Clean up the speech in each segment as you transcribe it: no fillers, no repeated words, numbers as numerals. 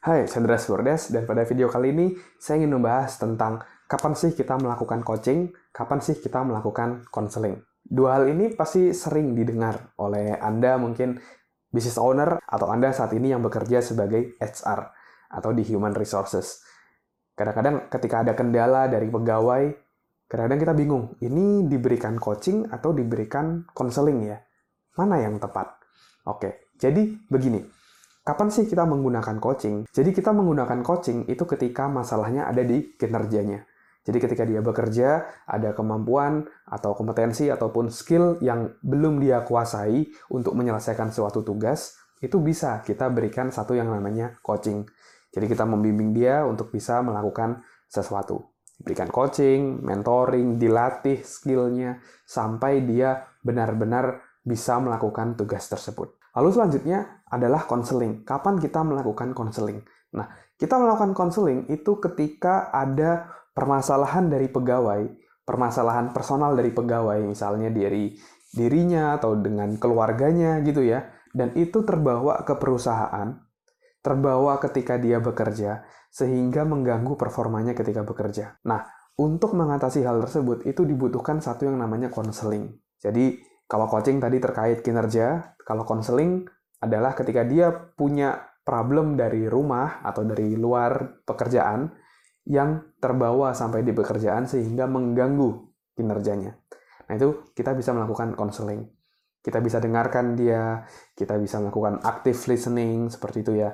Hai, saya Andreas Bordes, dan pada video kali ini saya ingin membahas tentang kapan sih kita melakukan coaching, kapan sih kita melakukan konseling. Dua hal ini pasti sering didengar oleh Anda mungkin business owner atau Anda saat ini yang bekerja sebagai HR atau di Human Resources. Kadang-kadang ketika ada kendala dari pegawai, kadang-kadang kita bingung, ini diberikan coaching atau diberikan konseling ya? Mana yang tepat? Oke, jadi begini. Kapan sih kita menggunakan coaching? Jadi kita menggunakan coaching itu ketika masalahnya ada di kinerjanya. Jadi ketika dia bekerja, ada kemampuan atau kompetensi ataupun skill yang belum dia kuasai untuk menyelesaikan suatu tugas, itu bisa kita berikan satu yang namanya coaching. Jadi kita membimbing dia untuk bisa melakukan sesuatu. Berikan coaching, mentoring, dilatih skillnya, sampai dia benar-benar bisa melakukan tugas tersebut. Lalu selanjutnya adalah konseling. Kapan kita melakukan konseling? Nah, kita melakukan konseling itu ketika ada permasalahan dari pegawai, permasalahan personal dari pegawai, misalnya dari dirinya atau dengan keluarganya gitu ya, dan itu terbawa ke perusahaan, terbawa ketika dia bekerja, sehingga mengganggu performanya ketika bekerja. Nah, untuk mengatasi hal tersebut, itu dibutuhkan satu yang namanya konseling. Jadi, kalau coaching tadi terkait kinerja, kalau konseling adalah ketika dia punya problem dari rumah atau dari luar pekerjaan yang terbawa sampai di pekerjaan sehingga mengganggu kinerjanya. Nah, itu kita bisa melakukan konseling. Kita bisa dengarkan dia, kita bisa melakukan active listening, seperti itu ya.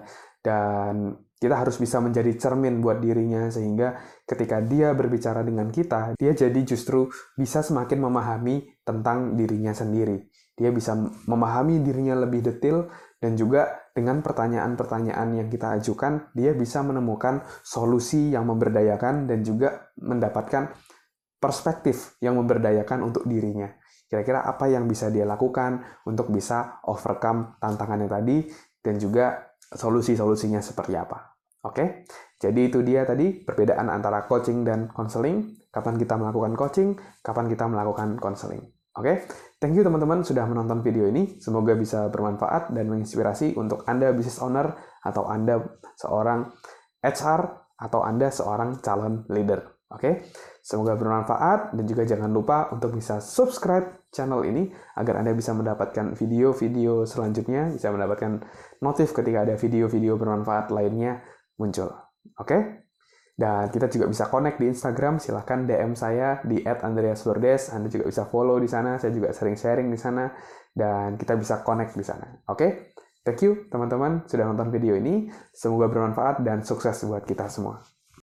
Dan kita harus bisa menjadi cermin buat dirinya, sehingga ketika dia berbicara dengan kita, dia jadi justru bisa semakin memahami tentang dirinya sendiri. Dia bisa memahami dirinya lebih detail, dan juga dengan pertanyaan-pertanyaan yang kita ajukan, dia bisa menemukan solusi yang memberdayakan dan juga mendapatkan perspektif yang memberdayakan untuk dirinya. Kira-kira apa yang bisa dia lakukan untuk bisa overcome tantangannya tadi, dan juga solusi-solusinya seperti apa. Oke, jadi itu dia tadi perbedaan antara coaching dan konseling. Kapan kita melakukan coaching, kapan kita melakukan konseling. Oke, thank you teman-teman sudah menonton video ini. Semoga bisa bermanfaat dan menginspirasi untuk Anda business owner, atau Anda seorang HR, atau Anda seorang calon leader. Oke, semoga bermanfaat, dan juga jangan lupa untuk bisa subscribe channel ini agar Anda bisa mendapatkan video-video selanjutnya, bisa mendapatkan notif ketika ada video-video bermanfaat lainnya muncul. Oke? Dan kita juga bisa connect di Instagram, silahkan DM saya di @andreasbordes. Anda juga bisa follow di sana, saya juga sering sharing di sana, dan kita bisa connect di sana. Oke? Thank you teman-teman sudah nonton video ini, semoga bermanfaat dan sukses buat kita semua.